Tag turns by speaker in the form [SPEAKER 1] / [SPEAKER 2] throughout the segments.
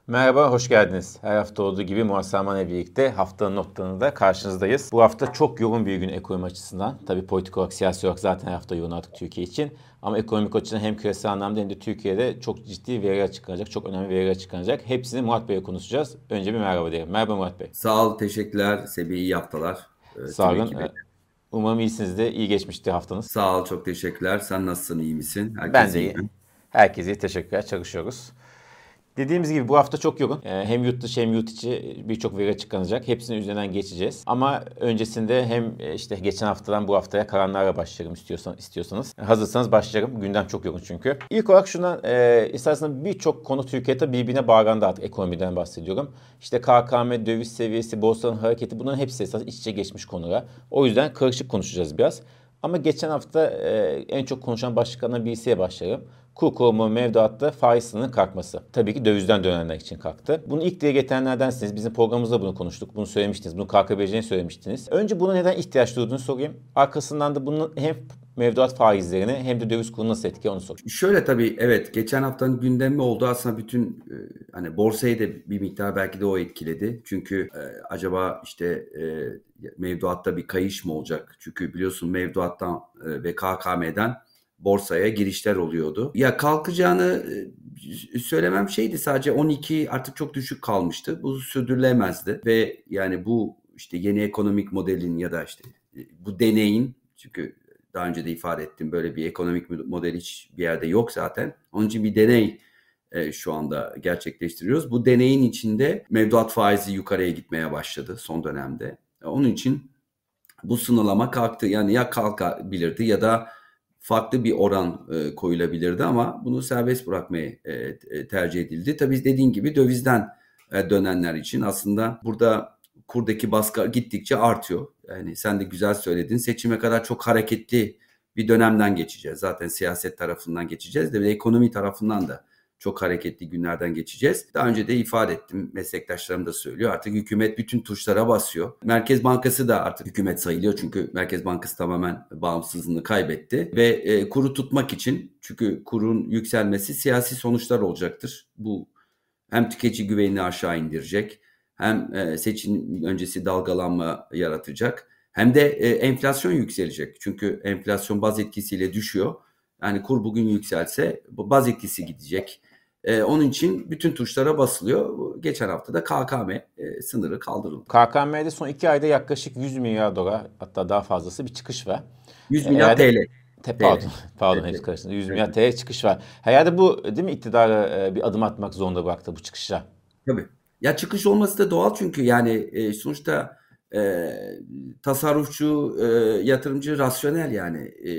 [SPEAKER 1] Merhaba, hoş geldiniz. Her hafta olduğu gibi Murat Sarman'la birlikte haftanın notlarında karşınızdayız. Bu hafta çok yoğun bir gün ekonomi açısından. Tabii politik olarak, siyasi olarak zaten her hafta yoğun artık Türkiye için. Ama ekonomik açıdan hem küresel anlamda hem de Türkiye'de çok ciddi veriler açıklanacak, çok önemli veriler açıklanacak. Hepsini Murat Bey'le konuşacağız. Önce bir merhaba diyelim. Merhaba Murat Bey.
[SPEAKER 2] Sağ ol, teşekkürler. Sebebi iyi haftalar
[SPEAKER 1] Sağ
[SPEAKER 2] tüm
[SPEAKER 1] olun.
[SPEAKER 2] ekibe.
[SPEAKER 1] Umarım iyisiniz de iyi geçmişti haftanız.
[SPEAKER 2] Sağ ol, çok teşekkürler. Sen nasılsın, iyi misin?
[SPEAKER 1] Ben
[SPEAKER 2] Herkes
[SPEAKER 1] de
[SPEAKER 2] iyi
[SPEAKER 1] iyi.
[SPEAKER 2] mi?
[SPEAKER 1] Herkese iyi, teşekkürler. Çalışıyoruz. Dediğimiz gibi bu hafta çok yoğun. Hem yurt dışı hem yurt içi birçok veri açıklanacak. Hepsinin üzerinden geçeceğiz. Ama öncesinde hem işte geçen haftadan bu haftaya karanlarla başlarım istiyorsanız. Hazırsanız başlarım. Gündem çok yoğun çünkü. İlk olarak şundan esasında birçok konu Türkiye'de birbirine bağlandı artık, ekonomiden bahsediyorum. İşte KKM, döviz seviyesi, borsanın hareketi, bunların hepsi esas iç içe geçmiş konular. O yüzden karışık konuşacağız biraz. Ama geçen hafta en çok konuşulan başlıklardan birisiyle başlayalım. Kur koruma mevduatta faiz sınırının kalkması. Tabii ki dövizden dönenler için kalktı. Bunu ilk dile getirenlerdensiniz. Bizim programımızda bunu konuştuk. Bunu söylemiştiniz. Bunu kalkabileceğini söylemiştiniz. Önce buna neden ihtiyaç duyduğunu sorayım. Arkasından da bunun hem mevduat faizlerini hem de döviz kurunu nasıl etkiliyor onu sorayım.
[SPEAKER 2] Şöyle tabii evet geçen haftanın gündemi oldu aslında bütün hani borsayı da bir miktar belki de o etkiledi. Çünkü acaba işte mevduatta bir kayış mı olacak? Çünkü biliyorsun mevduattan ve KKM'den borsaya girişler oluyordu. Ya kalkacağını söylemem şeydi, sadece 12 artık çok düşük kalmıştı. Bu sürdürülemezdi ve yani bu işte yeni ekonomik modelin ya da işte bu deneyin, çünkü daha önce de ifade ettim, böyle bir ekonomik model hiçbir yerde yok zaten. Onun için bir deney şu anda gerçekleştiriyoruz. Bu deneyin içinde mevduat faizi yukarıya gitmeye başladı son dönemde. Onun için bu sınırlama kalktı. Yani ya kalkabilirdi ya da farklı bir oran koyulabilirdi ama bunu serbest bırakmayı tercih edildi. Tabii dediğin gibi dövizden dönenler için aslında burada kurdaki baskı gittikçe artıyor. Yani sen de güzel söyledin. Seçime kadar çok hareketli bir dönemden geçeceğiz. Zaten siyaset tarafından geçeceğiz de bir de ekonomi tarafından da çok hareketli günlerden geçeceğiz. Daha önce de ifade ettim. Meslektaşlarım da söylüyor. Artık hükümet bütün tuşlara basıyor. Merkez Bankası da artık hükümet sayılıyor. Çünkü Merkez Bankası tamamen bağımsızlığını kaybetti. Ve kuru tutmak için, çünkü kurun yükselmesi siyasi sonuçlar olacaktır. Bu hem tüketici güvenini aşağı indirecek, hem seçim öncesi dalgalanma yaratacak, hem de enflasyon yükselecek. Çünkü enflasyon baz etkisiyle düşüyor. Yani kur bugün yükselse baz etkisi gidecek. Onun için bütün tuşlara basılıyor. Geçen hafta da KKM sınırı kaldırıldı.
[SPEAKER 1] KKM'de son 2 ayda yaklaşık 100 milyar dolar, hatta daha fazlası bir çıkış var.
[SPEAKER 2] 100 milyar
[SPEAKER 1] Herhalde
[SPEAKER 2] TL.
[SPEAKER 1] Pardon,
[SPEAKER 2] TL.
[SPEAKER 1] pardon, hepsi
[SPEAKER 2] Evet,
[SPEAKER 1] karıştı. 100
[SPEAKER 2] evet.
[SPEAKER 1] milyar TL çıkış var. Herhalde bu değil mi, iktidara bir adım atmak zorunda bıraktı bu çıkışa.
[SPEAKER 2] Tabii. Ya çıkış olması da doğal, çünkü yani sonuçta e, tasarrufçu, yatırımcı rasyonel yani.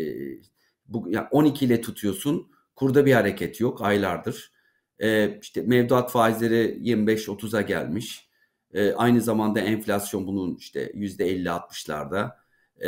[SPEAKER 2] Bu ya 12 ile tutuyorsun. Kurda bir hareket yok aylardır. İşte mevduat faizleri 25-30'a gelmiş. Aynı zamanda enflasyon bunun işte %50-60'larda.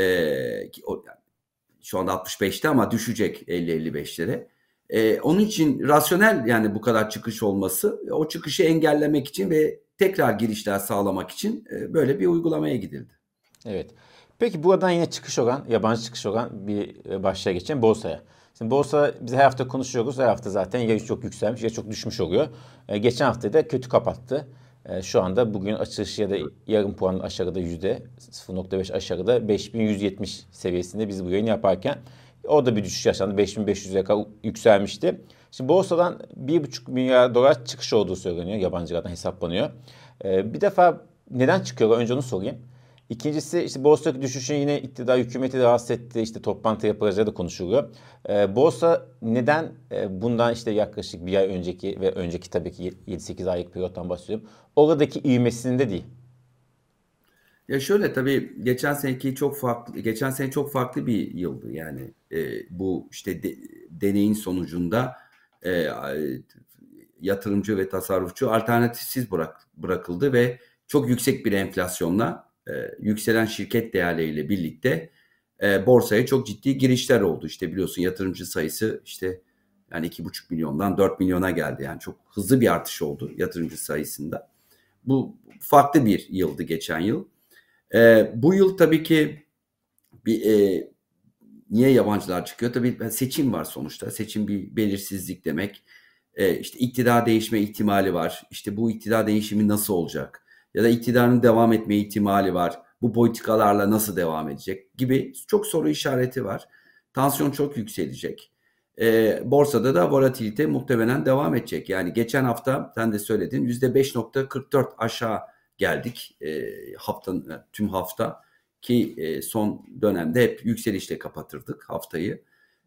[SPEAKER 2] Yani şu anda 65'te ama düşecek 50-55'lere. Onun için rasyonel yani bu kadar çıkış olması, o çıkışı engellemek için ve tekrar girişler sağlamak için böyle bir uygulamaya gidildi.
[SPEAKER 1] Evet. Peki buradan yine çıkış olan, yabancı çıkış olan bir başlığa geçelim, borsaya. Şimdi borsa, biz her hafta konuşuyoruz. Her hafta zaten ya çok yükselmiş ya çok düşmüş oluyor. Geçen hafta da kötü kapattı. Şu anda bugün açılışı ya da yarım puan aşağıda, yüzde 0,5 aşağıda 5170 seviyesinde biz bu yayını yaparken orada bir düşüş yaşandı. 5500'e kadar yükselmişti. Şimdi borsadan 1,5 milyar dolar çıkış olduğu söyleniyor. Yabancılardan hesaplanıyor. Bir defa neden çıkıyor? Önce onu sorayım. İkincisi, işte borsadaki düşüşün yine iktidar hükümeti rahatsız etti. İşte toplantı yapılacağı da konuşuluyor. Borsa neden bundan işte yaklaşık bir ay önceki ve önceki, tabii ki 7-8 aylık periyottan bahsediyorum, oradaki ivmesinde değil?
[SPEAKER 2] Ya şöyle, tabii geçen sene çok farklı bir yıldı yani. Bu işte deneyin sonucunda e, yatırımcı ve tasarrufçu alternatifsiz bırakıldı ve çok yüksek bir enflasyonla yükselen şirket değerleriyle birlikte borsaya çok ciddi girişler oldu. İşte biliyorsun yatırımcı sayısı işte yani 2,5 milyondan 4 milyona geldi. Yani çok hızlı bir artış oldu yatırımcı sayısında. Bu farklı bir yıldı geçen yıl. Bu yıl tabii ki bir niye yabancılar çıkıyor? Tabii seçim var sonuçta. Seçim bir belirsizlik demek. işte iktidar değişme ihtimali var. İşte bu iktidar değişimi nasıl olacak? Ya da iktidarın devam etme ihtimali var. Bu politikalarla nasıl devam edecek gibi çok soru işareti var. Tansiyon çok yükselecek. Borsada da volatilite muhtemelen devam edecek. Yani geçen hafta sen de söyledin %5,44 aşağı geldik haftanın tüm hafta ki son dönemde hep yükselişle kapatırdık haftayı.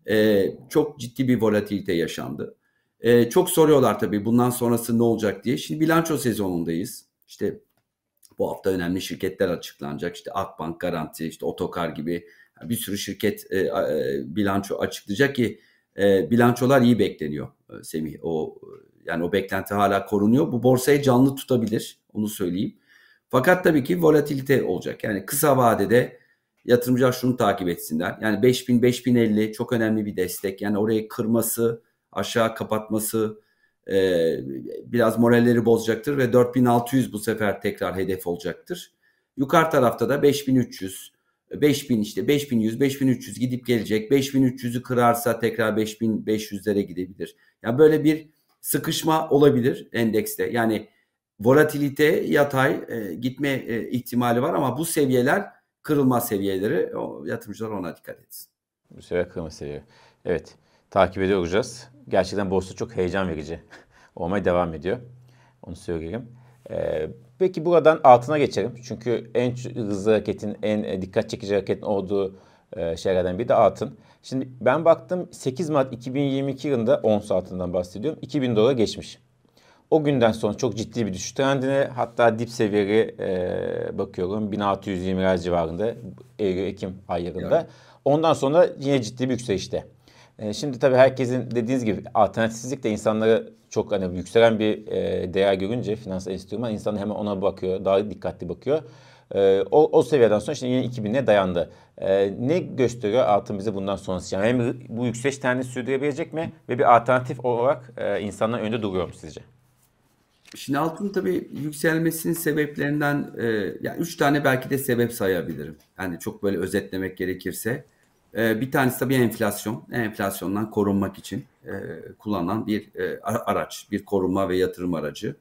[SPEAKER 2] Çok ciddi bir volatilite yaşandı. Çok soruyorlar tabii bundan sonrası ne olacak diye. Şimdi bilanço sezonundayız. İşte bu hafta önemli şirketler açıklanacak. İşte Akbank, Garanti, işte Otokar gibi bir sürü şirket bilanço açıklayacak ki bilançolar iyi bekleniyor Semih. Yani o beklenti hala korunuyor. Bu borsayı canlı tutabilir. Onu söyleyeyim. Fakat tabii ki volatilite olacak. Yani kısa vadede yatırımcılar şunu takip etsinler. Yani 5000-5050 çok önemli bir destek. Yani orayı kırması, aşağı kapatması biraz moralleri bozacaktır ve 4600 bu sefer tekrar hedef olacaktır. Yukarı tarafta da 5300, 5000 işte 5100, 5300 gidip gelecek. 5300'ü kırarsa tekrar 5500'lere gidebilir. Yani böyle bir sıkışma olabilir endekste. Yani volatilite yatay gitme ihtimali var ama bu seviyeler kırılma seviyeleri. Yatırımcılar ona dikkat etsin.
[SPEAKER 1] Bu sefer kırmızı seviye. Evet. Takip ediyor olacağız. Gerçekten borsa çok heyecan verici olmaya devam ediyor. Onu söyleyelim. Peki buradan altına geçelim. Çünkü en hızlı hareketin, en dikkat çekici hareketin olduğu şeylerden biri de altın. Şimdi ben baktım 8 Mart 2022 yılında ons altından bahsediyorum. 2000 dolara geçmiş. O günden sonra çok ciddi bir düşüş trendine, hatta dip seviyeleri bakıyorum 1620'ler civarında Eylül-Ekim aylarında.
[SPEAKER 2] Evet.
[SPEAKER 1] Ondan sonra yine ciddi bir yükselişte. Şimdi tabii herkesin dediğiniz gibi alternatifsizlik de insanları çok hani yükselen bir değer görünce finansal enstrüman insanlar hemen ona bakıyor, daha dikkatli bakıyor. O seviyeden sonra işte yine 2000'e dayandı. Ne gösteriyor altın bize bundan sonrası? Yani hem bu yükseliş trendini sürdürebilecek mi ve bir alternatif olarak insanlar önde duruyor mu sizce?
[SPEAKER 2] Şimdi altın tabii yükselmesinin sebeplerinden yani 3 tane belki de sebep sayabilirim. Yani çok böyle özetlemek gerekirse. Bir tanesi tabii enflasyon. Enflasyondan korunmak için kullanılan bir araç, bir korunma ve yatırım aracı.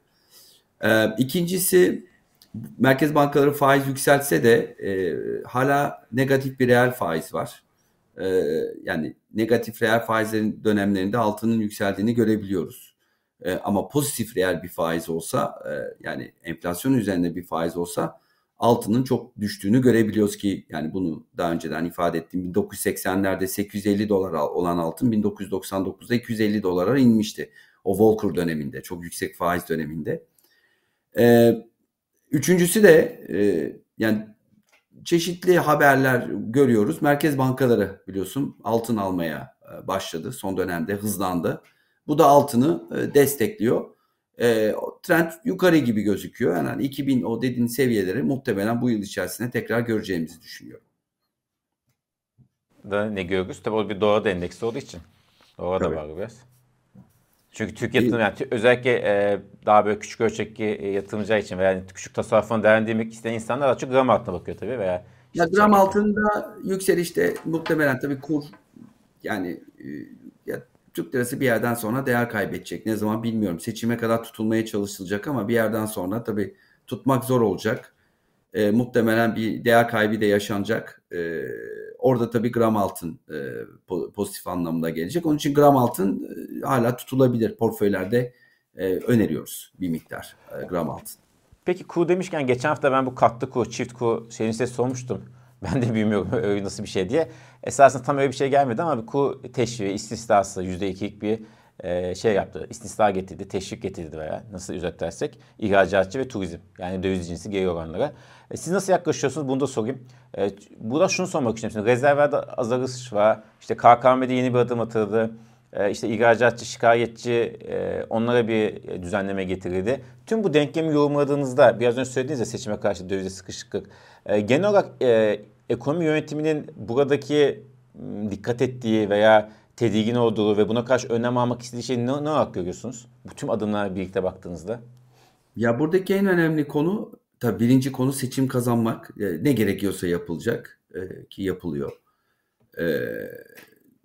[SPEAKER 2] İkincisi merkez bankaları faiz yükseltse de hala negatif bir reel faiz var. E, Yani negatif reel faizlerin dönemlerinde altının yükseldiğini görebiliyoruz. Ama pozitif reel bir faiz olsa yani enflasyon üzerinde bir faiz olsa altının çok düştüğünü görebiliyoruz ki yani bunu daha önceden ifade ettiğim 1980'lerde 850 dolar olan altın 1999'da 250 dolara inmişti. O Volcker döneminde çok yüksek faiz döneminde. Üçüncüsü de yani çeşitli haberler görüyoruz. Merkez bankaları biliyorsun altın almaya başladı. Son dönemde hızlandı. Bu da altını destekliyor. Trend yukarı gibi gözüküyor. Yani 2000 o dediğin seviyeleri muhtemelen bu yıl içerisinde tekrar göreceğimizi düşünüyorum.
[SPEAKER 1] Da ne görürüz? Tabii o bir doğa da endeksi olduğu için. Doğa da
[SPEAKER 2] Tabii.
[SPEAKER 1] var biraz. Çünkü Türk yatırım yani özellikle daha böyle küçük ölçekli yatırımcılar için veya yani küçük tasarrufunu değerlendirmek isteyen insanlar daha çok gram altına bakıyor tabii veya
[SPEAKER 2] Ya
[SPEAKER 1] işte
[SPEAKER 2] gram altında yükselişte muhtemelen tabii kur yani ya Türk lirası bir yerden sonra değer kaybedecek. Ne zaman bilmiyorum. Seçime kadar tutulmaya çalışılacak ama bir yerden sonra tabii tutmak zor olacak. Muhtemelen bir değer kaybı da yaşanacak. Orada tabii gram altın pozitif anlamda gelecek. Onun için gram altın hala tutulabilir. Portföylerde öneriyoruz bir miktar gram altın.
[SPEAKER 1] Peki kur demişken geçen hafta ben bu katlı kur, çift kur şeyini size sormuştum. Ben de bilmiyorum öyle nasıl bir şey diye. Esasında tam öyle bir şey gelmedi ama bir kur teşviği, istisnası %2'lik bir şey yaptı. İstisna getirdi, teşvik getirdi veya nasıl özetlersek ihracatçı ve turizm. Yani döviz cinsi geri oranlara. Siz nasıl yaklaşıyorsunuz bunu da sorayım. Burada şunu sormak istiyorum. Şimdi rezervlerde azalış var. İşte KKM'de yeni bir adım atıldı. İşte ihracatçı, şikayetçi onlara bir düzenleme getirildi. Tüm bu denklemi yorumladığınızda biraz önce söylediğiniz ya seçime karşı dövizde sıkışıklık. Genel olarak ekonomi yönetiminin buradaki dikkat ettiği veya tedirgin olduğu ve buna karşı önlem almak istediği şey ne olarak görüyorsunuz? Bu tüm adımlarla birlikte baktığınızda.
[SPEAKER 2] Ya buradaki en önemli konu tabii birinci konu seçim kazanmak. Ne gerekiyorsa yapılacak ki yapılıyor.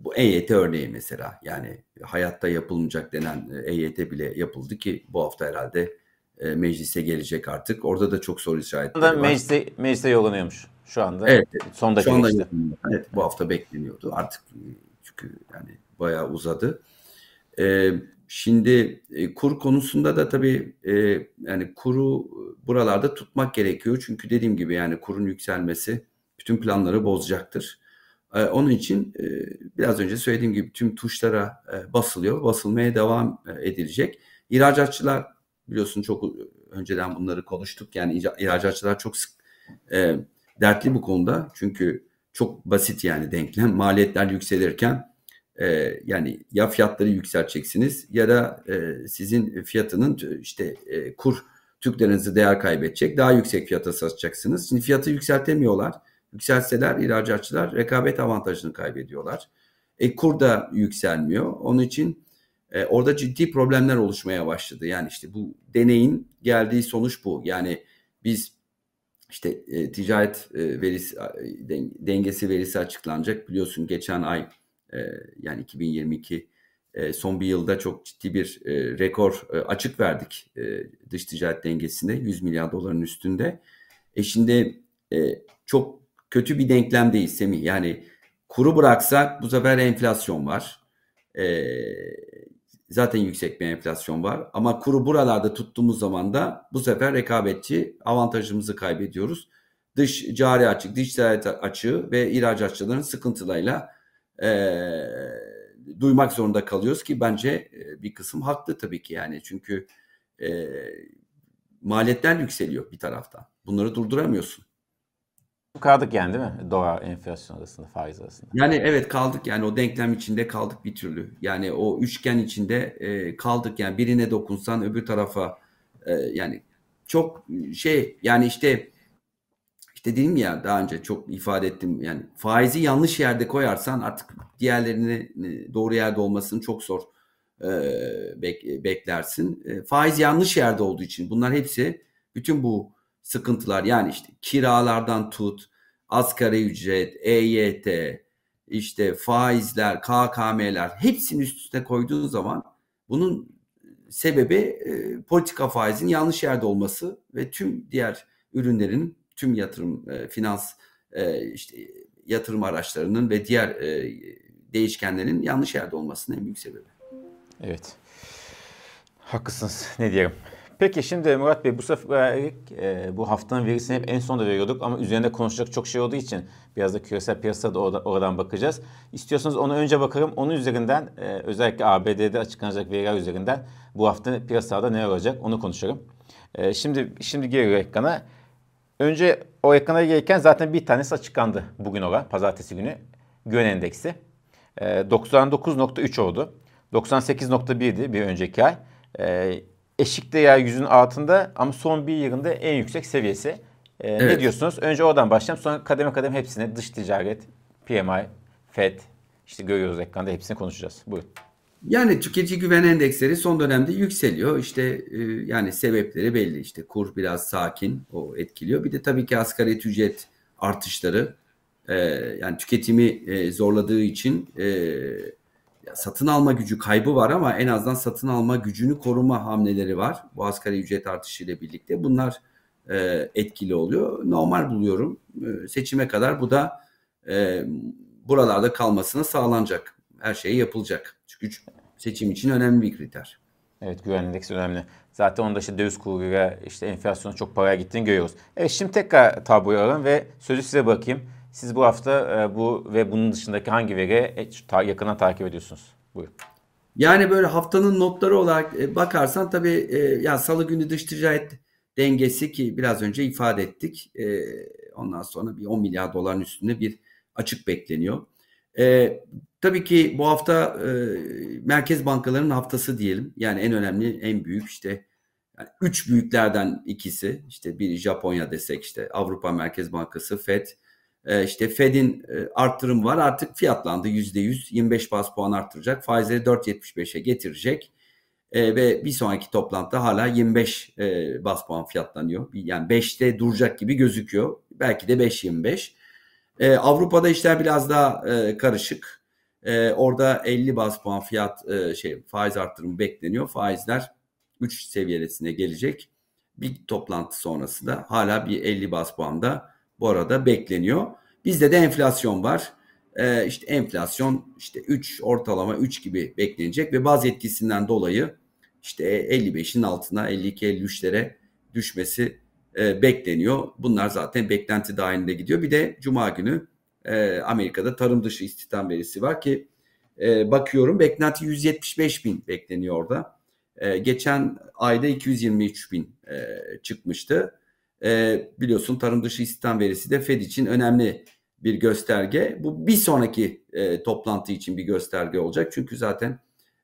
[SPEAKER 2] Bu EYT örneği mesela. Yani hayatta yapılmayacak denen EYT bile yapıldı ki bu hafta herhalde meclise gelecek artık. Orada da çok soru
[SPEAKER 1] Şu anda
[SPEAKER 2] işaretleri var.
[SPEAKER 1] meclise yollanıyormuş. Şu anda
[SPEAKER 2] Evet,
[SPEAKER 1] son
[SPEAKER 2] şu
[SPEAKER 1] dakika
[SPEAKER 2] anda
[SPEAKER 1] işte.
[SPEAKER 2] evet, bu hafta bekleniyordu. Artık çünkü yani bayağı uzadı. E, Şimdi kur konusunda da tabii yani kuru buralarda tutmak gerekiyor. Çünkü dediğim gibi yani kurun yükselmesi bütün planları bozacaktır. Onun için biraz önce söylediğim gibi tüm tuşlara basılıyor. Basılmaya devam edilecek. İhracatçılar biliyorsun çok önceden bunları konuştuk. Yani ihracatçılar çok sık e, dertli bu konuda. Çünkü çok basit yani denklem. Maliyetler yükselirken yani ya fiyatları yükselteceksiniz ya da sizin fiyatının işte kur Türk lirası değer kaybedecek. Daha yüksek fiyata satacaksınız. Şimdi fiyatı yükseltemiyorlar. Yükselseler ihracatçılar rekabet avantajını kaybediyorlar. Kur da yükselmiyor. Onun için orada ciddi problemler oluşmaya başladı. Yani işte bu deneyin geldiği sonuç bu. Yani biz işte ticaret verisi dengesi verisi açıklanacak. Biliyorsun geçen ay yani 2022 son bir yılda çok ciddi bir rekor açık verdik dış ticaret dengesinde 100 milyar doların üstünde. Şimdi çok kötü bir denklemdeyiz Semih. Yani kuru bıraksak bu sefer enflasyon var. E, Zaten yüksek bir enflasyon var. Ama kuru buralarda tuttuğumuz zaman da bu sefer rekabetçi avantajımızı kaybediyoruz. Dış cari açık, dış ticaret açığı ve ihracatçıların sıkıntılarıyla duymak zorunda kalıyoruz ki bence bir kısım haklı tabii ki yani. Çünkü e, maliyetler yükseliyor bir taraftan. Bunları durduramıyorsun.
[SPEAKER 1] Kaldık yani değil mi? Dolar enflasyon arasında, faiz arasında.
[SPEAKER 2] Yani evet kaldık yani o denklem içinde kaldık bir türlü. Yani o üçgen içinde kaldık yani birine dokunsan öbür tarafa yani çok yani işte dedim ya daha önce çok ifade ettim yani faizi yanlış yerde koyarsan artık diğerlerini doğru yerde olmasını çok zor e, beklersin. Faiz yanlış yerde olduğu için bunlar hepsi bütün bu sıkıntılar yani işte kiralardan tut, asgari ücret, EYT, işte faizler, KKM'ler hepsini üst üste koyduğun zaman bunun sebebi politika faizin yanlış yerde olması ve tüm diğer ürünlerin tüm yatırım, finans işte yatırım araçlarının ve diğer değişkenlerin yanlış yerde olmasının en büyük sebebi.
[SPEAKER 1] Evet. Haklısınız. Ne diyelim. Peki şimdi Murat Bey bu sefer bu haftanın verisini hep en sonda veriyorduk ama üzerinde konuşacak çok şey olduğu için biraz da küresel piyasada da oradan bakacağız. İstiyorsanız onu önce bakalım. Onun üzerinden özellikle ABD'de açıklanacak veriler üzerinden bu hafta piyasada ne olacak onu konuşalım. Şimdi geliyor ekrana. Önce o ekrana gelirken zaten bir tanesi açıklandı bugün olan pazartesi günü. Güven endeksi 99.3 oldu. 98.1'di bir önceki ay. Eşik değer 100'ün altında ama son bir yılında en yüksek seviyesi. Ne
[SPEAKER 2] Evet.
[SPEAKER 1] diyorsunuz? Önce oradan başlayalım. Sonra kademe kademe hepsine dış ticaret, PMI, FED işte görüyoruz ekranda hepsini konuşacağız. Buyurun.
[SPEAKER 2] Yani tüketici güven endeksleri son dönemde yükseliyor. İşte yani sebepleri belli. İşte kur biraz sakin, o etkiliyor. Bir de tabii ki asgari ücret artışları yani tüketimi zorladığı için satın alma gücü kaybı var ama en azından satın alma gücünü koruma hamleleri var. Bu asgari ücret artışıyla birlikte bunlar etkili oluyor. Normal buluyorum. Seçime kadar bu da buralarda kalmasına sağlanacak. Her şey yapılacak. Çünkü seçim için önemli bir kriter.
[SPEAKER 1] Evet, güven endeksi önemli. Zaten onda işte döviz kuruyla işte enflasyona çok paraya gittiğini görüyoruz. Evet, şimdi tekrar tabloyu alalım ve sözü size bırakayım. Siz bu hafta bu ve bunun dışındaki hangi veriye yakından takip ediyorsunuz? Buyurun.
[SPEAKER 2] Yani böyle haftanın notları olarak bakarsan tabii ya Salı günü dış ticaret dengesi ki biraz önce ifade ettik. Ondan sonra bir 10 milyar doların üstünde bir açık bekleniyor. Tabii ki bu hafta merkez bankalarının haftası diyelim. Yani en önemli, en büyük işte yani üç büyüklerden ikisi işte biri Japonya desek işte Avrupa Merkez Bankası, Fed. İşte Fed'in arttırım var artık fiyatlandı %100 25 bas puan arttıracak faizleri 4.75'e getirecek ve bir sonraki toplantıda hala 25 bas puan fiyatlanıyor yani 5'te duracak gibi gözüküyor belki de 5.25. Avrupa'da işler biraz daha karışık. Orada 50 baz puan faiz arttırımı bekleniyor. Faizler 3 seviyesine gelecek. Bir toplantı sonrasında hala bir 50 baz puan da bu arada bekleniyor. Bizde de enflasyon var. İşte enflasyon işte 3 ortalama 3 gibi beklenecek ve baz etkisinden dolayı işte 55'in altına 52-53'lere düşmesi bekleniyor. Bunlar zaten beklenti dahilinde gidiyor. Bir de Cuma günü Amerika'da tarım dışı istihdam verisi var ki bakıyorum beklenti 175 bin bekleniyor orada. Geçen ayda 223 bin çıkmıştı. Biliyorsun tarım dışı istihdam verisi de Fed için önemli bir gösterge. Bu bir sonraki toplantı için bir gösterge olacak. Çünkü zaten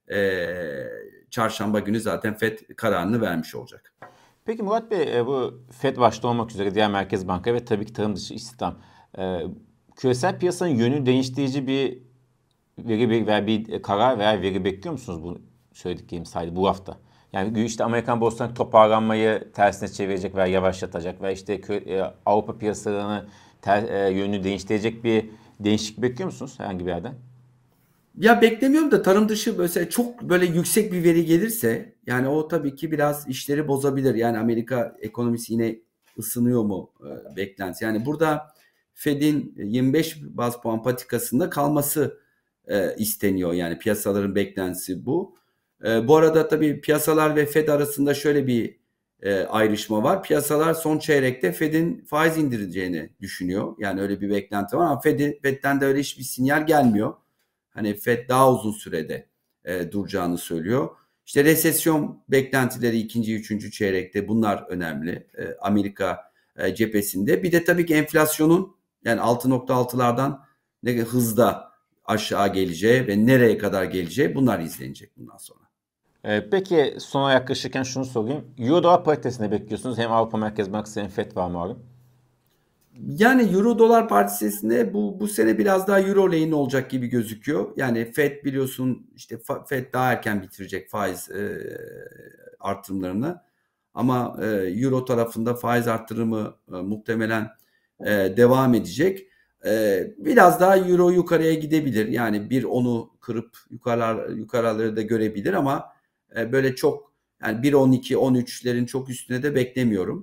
[SPEAKER 2] çarşamba günü zaten Fed kararını vermiş olacak.
[SPEAKER 1] Peki Murat Bey, bu Fed başta olmak üzere diğer merkez banka ve tabii ki tarım dışı istihdam, küresel piyasanın yönü değiştirici bir veri veya bir karar veya veri bekliyor musunuz bu söylediklerim sayede bu hafta? Yani işte Amerikan borsalarının toparlanmayı tersine çevirecek veya yavaşlatacak veya işte Avrupa piyasalarını yönünü değiştirecek bir değişiklik bekliyor musunuz herhangi bir yerden?
[SPEAKER 2] Ya beklemiyorum da tarım dışı mesela çok böyle yüksek bir veri gelirse yani o tabii ki biraz işleri bozabilir. Yani Amerika ekonomisi yine ısınıyor mu beklenti. Yani burada Fed'in 25 baz puan patikasında kalması isteniyor. Yani piyasaların beklentisi bu. Bu arada tabii piyasalar ve Fed arasında şöyle bir ayrışma var. Piyasalar son çeyrekte Fed'in faiz indireceğini düşünüyor. Yani öyle bir beklenti var ama Fed'den de öyle hiçbir sinyal gelmiyor. Hani Fed daha uzun sürede duracağını söylüyor. İşte resesyon beklentileri ikinci, üçüncü çeyrekte bunlar önemli. Amerika cephesinde. Bir de tabii ki enflasyonun yani 6.6'lardan ne hızda aşağı geleceği ve nereye kadar geleceği bunlar izlenecek bundan sonra.
[SPEAKER 1] Peki sona yaklaşırken şunu sorayım. Euro dolar paritesini bekliyorsunuz. Hem Avrupa Merkez Bankası hem FED var malum.
[SPEAKER 2] Yani Euro dolar paritesinde bu sene biraz daha Euro lehine olacak gibi gözüküyor. Yani Fed biliyorsun işte Fed daha erken bitirecek faiz artırımlarını. Ama Euro tarafında faiz artırımı muhtemelen devam edecek. Biraz daha Euro yukarıya gidebilir. Yani 1.10'u kırıp yukarıları da görebilir ama böyle çok yani 1.12, 13'lerin çok üstüne de beklemiyorum.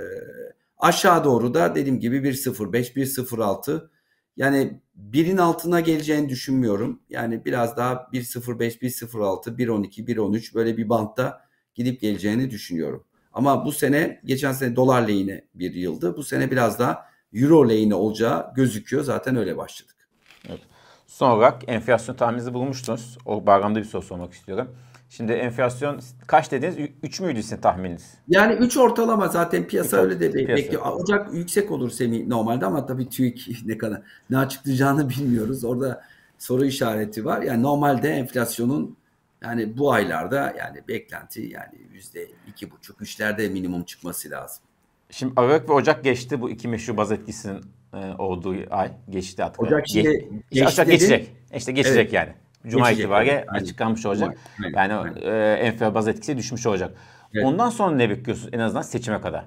[SPEAKER 2] Aşağı doğru da dediğim gibi 1.05, 1.06 yani birin altına geleceğini düşünmüyorum. Yani biraz daha 1.05, 1.06, 1.12, 1.13 böyle bir bantta gidip geleceğini düşünüyorum. Ama bu sene geçen sene dolar lehine bir yıldı. Bu sene biraz daha euro lehine olacağı gözüküyor. Zaten öyle başladık.
[SPEAKER 1] Evet. Son olarak enflasyon tahmininizi bulmuştunuz. O bağlamda bir soru sormak istiyorum. Şimdi enflasyon kaç dediniz? 3 müydü sizin tahmininiz?
[SPEAKER 2] Yani 3 ortalama zaten piyasa öyle de
[SPEAKER 1] Piyasa.
[SPEAKER 2] bekliyor. Ocak yüksek olur Semih normalde ama tabii TÜİK ne açıklayacağını bilmiyoruz. Orada soru işareti var. Yani normalde enflasyonun yani bu aylarda yani beklenti yani %2,5-3'lerde minimum çıkması lazım.
[SPEAKER 1] Şimdi Aralık ve Ocak geçti. Bu iki meşhur baz etkisinin olduğu ay geçti artık.
[SPEAKER 2] Ocak şimdi geçti
[SPEAKER 1] Ocak
[SPEAKER 2] dedin.
[SPEAKER 1] geçecek. İşte geçecek
[SPEAKER 2] Evet.
[SPEAKER 1] yani. Cuma
[SPEAKER 2] Geçecek,
[SPEAKER 1] itibariyle
[SPEAKER 2] evet. Aynen.
[SPEAKER 1] açıklanmış olacak.
[SPEAKER 2] Aynen,
[SPEAKER 1] Yani
[SPEAKER 2] aynen.
[SPEAKER 1] enflasyon baz etkisi düşmüş olacak.
[SPEAKER 2] Evet.
[SPEAKER 1] Ondan sonra ne bekliyorsunuz en azından seçime kadar?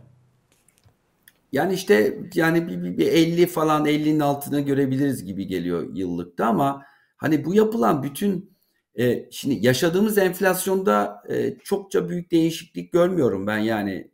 [SPEAKER 2] Yani işte yani bir 50 falan 50'nin altına görebiliriz gibi geliyor yıllıkta ama hani bu yapılan bütün şimdi yaşadığımız enflasyonda çokça büyük değişiklik görmüyorum ben yani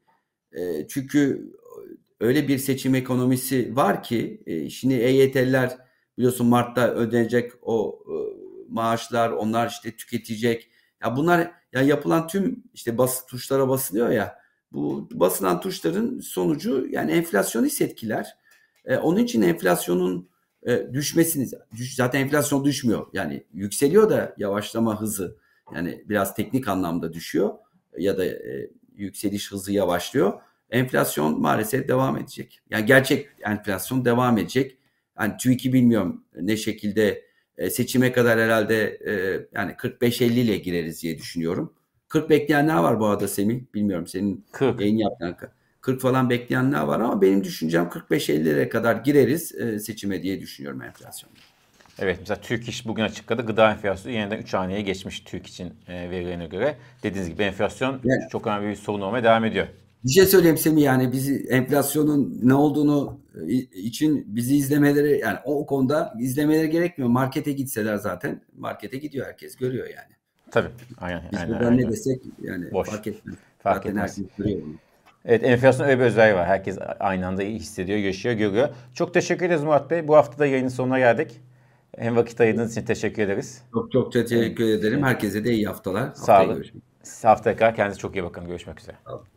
[SPEAKER 2] çünkü öyle bir seçim ekonomisi var ki şimdi EYT'liler biliyorsun Mart'ta ödenecek o maaşlar onlar işte tüketecek ya bunlar ya yapılan tüm işte tuşlara basılıyor ya bu basılan tuşların sonucu yani enflasyonu etkiler. Onun için enflasyonun düşmesini zaten enflasyon düşmüyor. Yani yükseliyor da yavaşlama hızı yani biraz teknik anlamda düşüyor ya da yükseliş hızı yavaşlıyor. Enflasyon maalesef devam edecek. Yani gerçek enflasyon devam edecek. Yani TÜİK'i bilmiyorum ne şekilde seçime kadar herhalde yani 45-50 ile gireriz diye düşünüyorum. 40 bekleyenler var bu arada Semih. Bilmiyorum senin
[SPEAKER 1] 40.
[SPEAKER 2] yayın yaptığın 40 falan bekleyenler var ama benim düşüncem 45-50'lere kadar gireriz seçime diye düşünüyorum enflasyonda.
[SPEAKER 1] Evet, mesela Türk İş bugün açıkladı. Gıda enflasyonu yeniden 3 haneye geçmiş Türk için verilerine göre. Dediğiniz gibi enflasyon
[SPEAKER 2] Yani,
[SPEAKER 1] çok önemli bir sorun olmaya devam ediyor.
[SPEAKER 2] Bir şey söyleyeyim Semih, yani bizi enflasyonun ne olduğunu için bizi izlemeleri, yani o konuda izlemeleri gerekmiyor. Markete gitseler zaten, markete gidiyor, herkes görüyor yani.
[SPEAKER 1] Tabii. Aynen,
[SPEAKER 2] Biz
[SPEAKER 1] aynen,
[SPEAKER 2] buradan ne
[SPEAKER 1] aynen.
[SPEAKER 2] desek yani
[SPEAKER 1] Boş.
[SPEAKER 2] fark etmez.
[SPEAKER 1] Fark
[SPEAKER 2] Zaten
[SPEAKER 1] etmez.
[SPEAKER 2] herkes görüyor bunu.
[SPEAKER 1] Evet, enflasyon öyle bir özelliği var. Herkes aynı anda hissediyor, yaşıyor, görüyor. Çok teşekkür ederiz Murat Bey. Bu hafta da yayının sonuna geldik. Hem vakit ayırdığınız için teşekkür ederiz.
[SPEAKER 2] Çok çok teşekkür ederim. Herkese de iyi haftalar.
[SPEAKER 1] Sağ
[SPEAKER 2] Haftaya
[SPEAKER 1] olun.
[SPEAKER 2] görüşmek üzere.
[SPEAKER 1] Haftaya kadar kendinize çok iyi bakın. Görüşmek üzere.
[SPEAKER 2] Sağ olun.